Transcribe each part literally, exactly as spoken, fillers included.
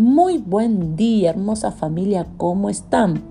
Muy buen día, hermosa familia, ¿cómo están?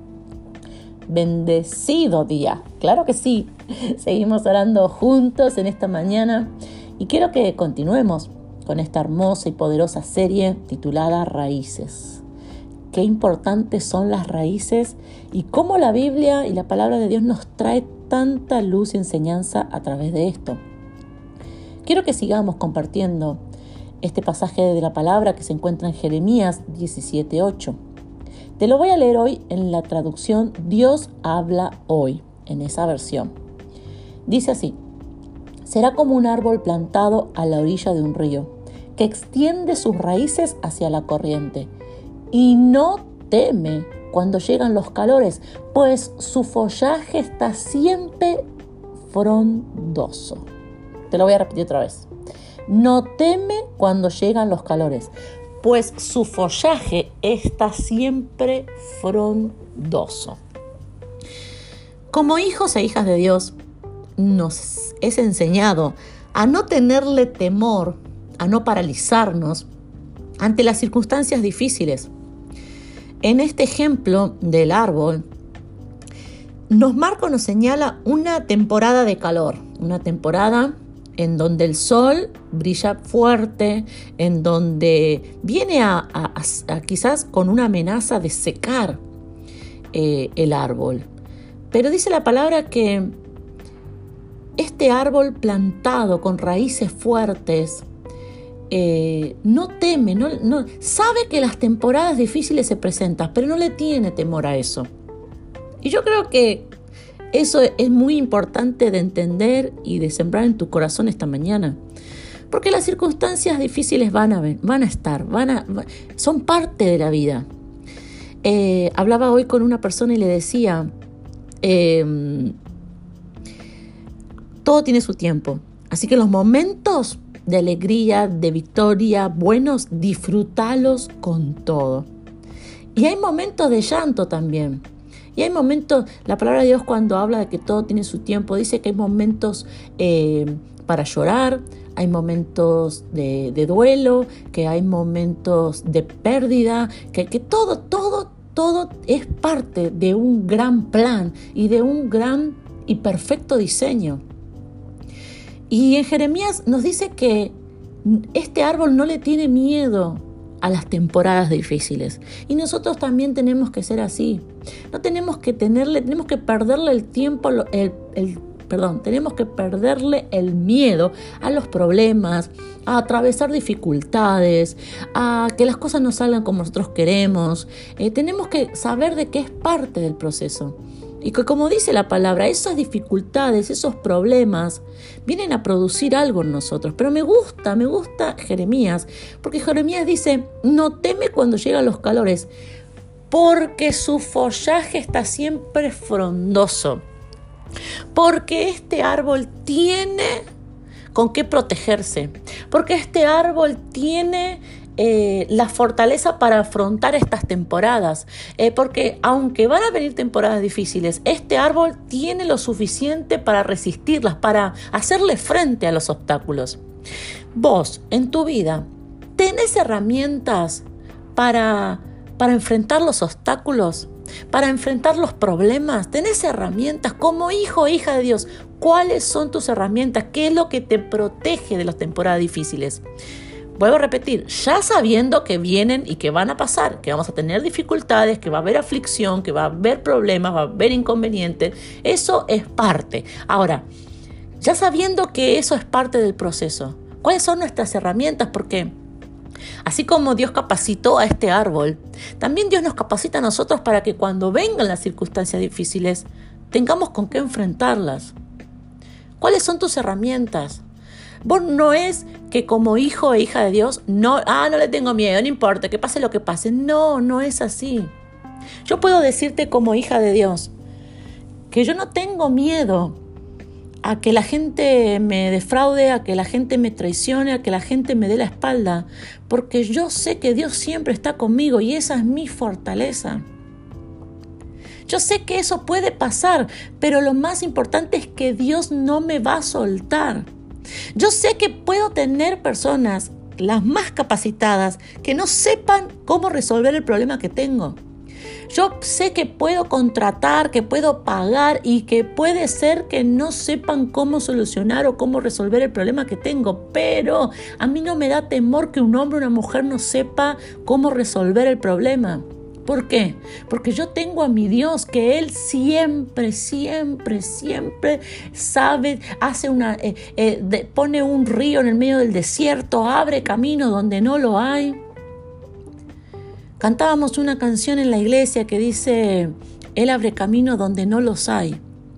Bendecido día, claro que sí. Seguimos orando juntos en esta mañana y quiero que continuemos con esta hermosa y poderosa serie titulada Raíces. Qué importantes son las raíces y cómo la Biblia y la palabra de Dios nos trae tanta luz y enseñanza a través de esto. Quiero que sigamos compartiendo este pasaje de la palabra que se encuentra en Jeremías diecisiete ocho. Te lo voy a leer hoy en la traducción Dios habla hoy, en esa versión. Dice así: será como un árbol plantado a la orilla de un río, que extiende sus raíces hacia la corriente, y no teme cuando llegan los calores, pues su follaje está siempre frondoso. Te lo voy a repetir otra vez. No teme cuando llegan los calores, pues su follaje está siempre frondoso. Como hijos e hijas de Dios, nos es enseñado a no tenerle temor, a no paralizarnos ante las circunstancias difíciles. En este ejemplo del árbol, nos marca o nos señala una temporada de calor, una temporada en donde el sol brilla fuerte, en donde viene a, a, a, a quizás con una amenaza de secar eh, el árbol. Pero dice la palabra que este árbol plantado con raíces fuertes eh, no teme, no, no, sabe que las temporadas difíciles se presentan, pero no le tiene temor a eso. Y yo creo que eso es muy importante de entender y de sembrar en tu corazón esta mañana. Porque las circunstancias difíciles van a, ver, van a estar, van a, son parte de la vida. Eh, hablaba hoy con una persona y le decía, eh, todo tiene su tiempo. Así que los momentos de alegría, de victoria, buenos, disfrútalos con todo. Y hay momentos de llanto también. Y hay momentos, la palabra de Dios cuando habla de que todo tiene su tiempo, dice que hay momentos eh, para llorar, hay momentos de, de duelo, que hay momentos de pérdida, que, que todo, todo, todo es parte de un gran plan y de un gran y perfecto diseño. Y en Jeremías nos dice que este árbol no le tiene miedo a las temporadas difíciles. Y nosotros también tenemos que ser así. No tenemos que tenerle, tenemos que perderle el tiempo, el, el, perdón, tenemos que perderle el miedo a los problemas, a atravesar dificultades, a que las cosas no salgan como nosotros queremos. Eh, tenemos que saber de que es parte del proceso. Y que, como dice la palabra, esas dificultades, esos problemas vienen a producir algo en nosotros. Pero me gusta, me gusta Jeremías, porque Jeremías dice, no teme cuando llegan los calores, porque su follaje está siempre frondoso. Porque este árbol tiene con qué protegerse. Porque este árbol tiene Eh, la fortaleza para afrontar estas temporadas, eh, porque aunque van a venir temporadas difíciles, este árbol tiene lo suficiente para resistirlas, para hacerle frente a los obstáculos. Vos, en tu vida, ¿tenés herramientas para, para enfrentar los obstáculos, para enfrentar los problemas? ¿Tenés herramientas como hijo o hija de Dios? ¿Cuáles son tus herramientas? ¿Qué es lo que te protege de las temporadas difíciles? Vuelvo a repetir, ya sabiendo que vienen y que van a pasar, que vamos a tener dificultades, que va a haber aflicción, que va a haber problemas, va a haber inconvenientes, eso es parte. Ahora, ya sabiendo que eso es parte del proceso, ¿cuáles son nuestras herramientas? Porque así como Dios capacitó a este árbol, también Dios nos capacita a nosotros para que cuando vengan las circunstancias difíciles, tengamos con qué enfrentarlas. ¿Cuáles son tus herramientas? Vos no es que como hijo e hija de Dios, no, ah, no le tengo miedo, no importa, que pase lo que pase. No, no es así. Yo puedo decirte como hija de Dios que yo no tengo miedo a que la gente me defraude, a que la gente me traicione, a que la gente me dé la espalda, porque yo sé que Dios siempre está conmigo y esa es mi fortaleza. Yo sé que eso puede pasar, pero lo más importante es que Dios no me va a soltar. Yo sé que puedo tener personas las más capacitadas, que no sepan cómo resolver el problema que tengo. Yo sé que puedo contratar, que puedo pagar y que puede ser que no sepan cómo solucionar o cómo resolver el problema que tengo, pero a mí no me da temor que un hombre o una mujer no sepa cómo resolver el problema. ¿Por qué? Porque yo tengo a mi Dios, que Él siempre, siempre, siempre sabe, hace una, eh, eh, de, pone un río en el medio del desierto, abre camino donde no lo hay. Cantábamos una canción en la iglesia que dice, Él abre camino donde no los hay.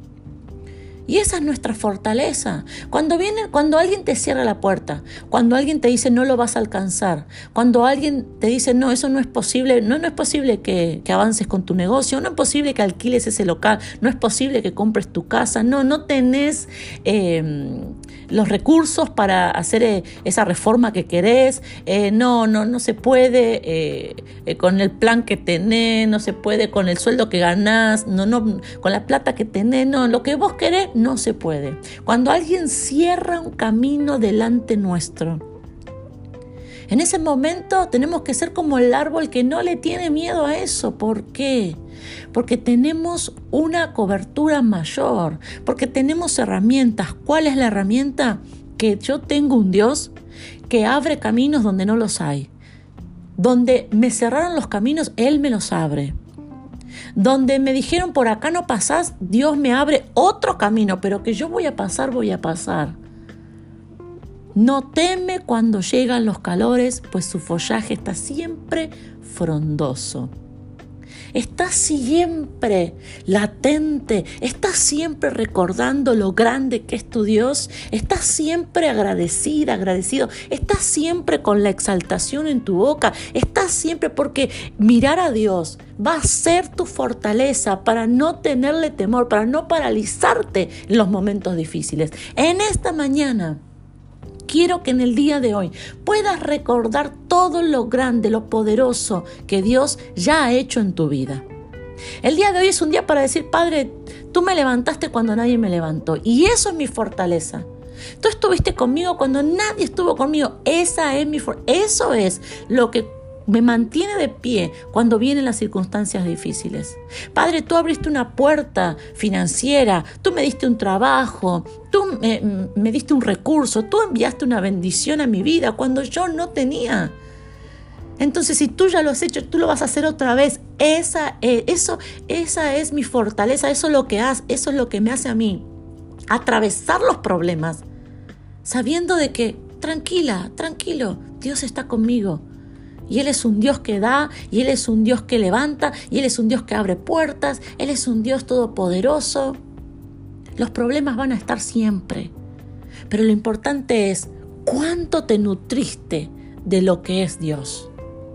Y esa es nuestra fortaleza. Cuando viene, cuando alguien te cierra la puerta, cuando alguien te dice no lo vas a alcanzar, cuando alguien te dice no, eso no es posible, no, no es posible que, que avances con tu negocio, no es posible que alquiles ese local, no es posible que compres tu casa, no, no tenés eh, los recursos para hacer eh, esa reforma que querés, eh, no, no, no se puede eh, eh, con el plan que tenés, no se puede con el sueldo que ganás, no, no, con la plata que tenés, no, lo que vos querés no se puede. Cuando alguien cierra un camino delante nuestro, en ese momento tenemos que ser como el árbol que no le tiene miedo a eso. ¿Por qué? Porque tenemos una cobertura mayor, porque tenemos herramientas. ¿Cuál es la herramienta? Que yo tengo un Dios que abre caminos donde no los hay. Donde me cerraron los caminos, Él me los abre. Donde me dijeron por acá no pasás, Dios me abre otro camino, pero que yo voy a pasar, voy a pasar. No teme cuando llegan los calores, pues su follaje está siempre frondoso. Está siempre latente, estás siempre recordando lo grande que es tu Dios, estás siempre agradecida, agradecido, estás siempre con la exaltación en tu boca, estás siempre porque mirar a Dios va a ser tu fortaleza para no tenerle temor, para no paralizarte en los momentos difíciles. En esta mañana, quiero que en el día de hoy puedas recordar todo lo grande, lo poderoso que Dios ya ha hecho en tu vida. El día de hoy es un día para decir, Padre, tú me levantaste cuando nadie me levantó. Y eso es mi fortaleza. Tú estuviste conmigo cuando nadie estuvo conmigo. Esa es mi fortaleza. Eso es lo que me mantiene de pie cuando vienen las circunstancias difíciles. Padre, tú abriste una puerta financiera, tú me diste un trabajo, tú me, me diste un recurso, tú enviaste una bendición a mi vida cuando yo no tenía. Entonces, si tú ya lo has hecho, tú lo vas a hacer otra vez. Esa es, eso, esa es mi fortaleza, eso es lo que hace, eso es lo que me hace a mí atravesar los problemas, sabiendo de que, tranquila, tranquilo, Dios está conmigo. Y Él es un Dios que da, y Él es un Dios que levanta, y Él es un Dios que abre puertas, Él es un Dios todopoderoso. Los problemas van a estar siempre, pero lo importante es cuánto te nutriste de lo que es Dios.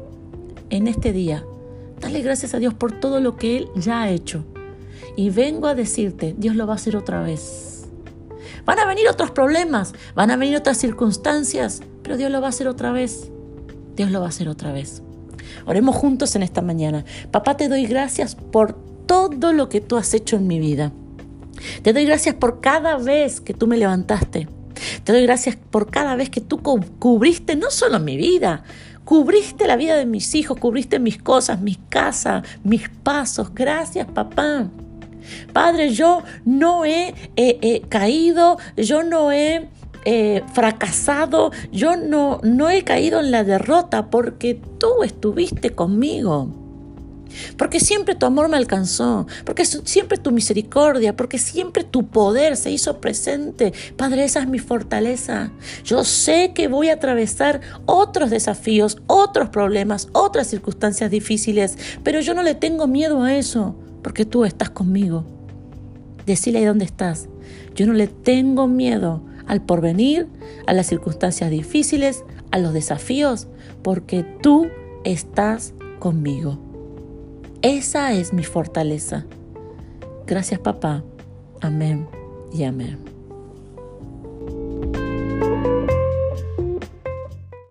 En este día, dale gracias a Dios por todo lo que Él ya ha hecho. Y vengo a decirte, Dios lo va a hacer otra vez. Van a venir otros problemas, van a venir otras circunstancias, pero Dios lo va a hacer otra vez. Dios lo va a hacer otra vez. Oremos juntos en esta mañana. Papá, te doy gracias por todo lo que tú has hecho en mi vida. Te doy gracias por cada vez que tú me levantaste. Te doy gracias por cada vez que tú cubriste no solo mi vida, cubriste la vida de mis hijos, cubriste mis cosas, mi casa, mis pasos. Gracias, papá. Padre, yo no he eh, eh, caído, yo no he eh, fracasado, yo no, no he caído en la derrota porque tú estuviste conmigo. Porque siempre tu amor me alcanzó, porque siempre tu misericordia, porque siempre tu poder se hizo presente. Padre, esa es mi fortaleza. Yo sé que voy a atravesar otros desafíos, otros problemas, otras circunstancias difíciles, pero yo no le tengo miedo a eso, porque tú estás conmigo. Decile ahí dónde estás. Yo no le tengo miedo al porvenir, a las circunstancias difíciles, a los desafíos, porque tú estás conmigo. Esa es mi fortaleza. Gracias, papá. Amén y amén.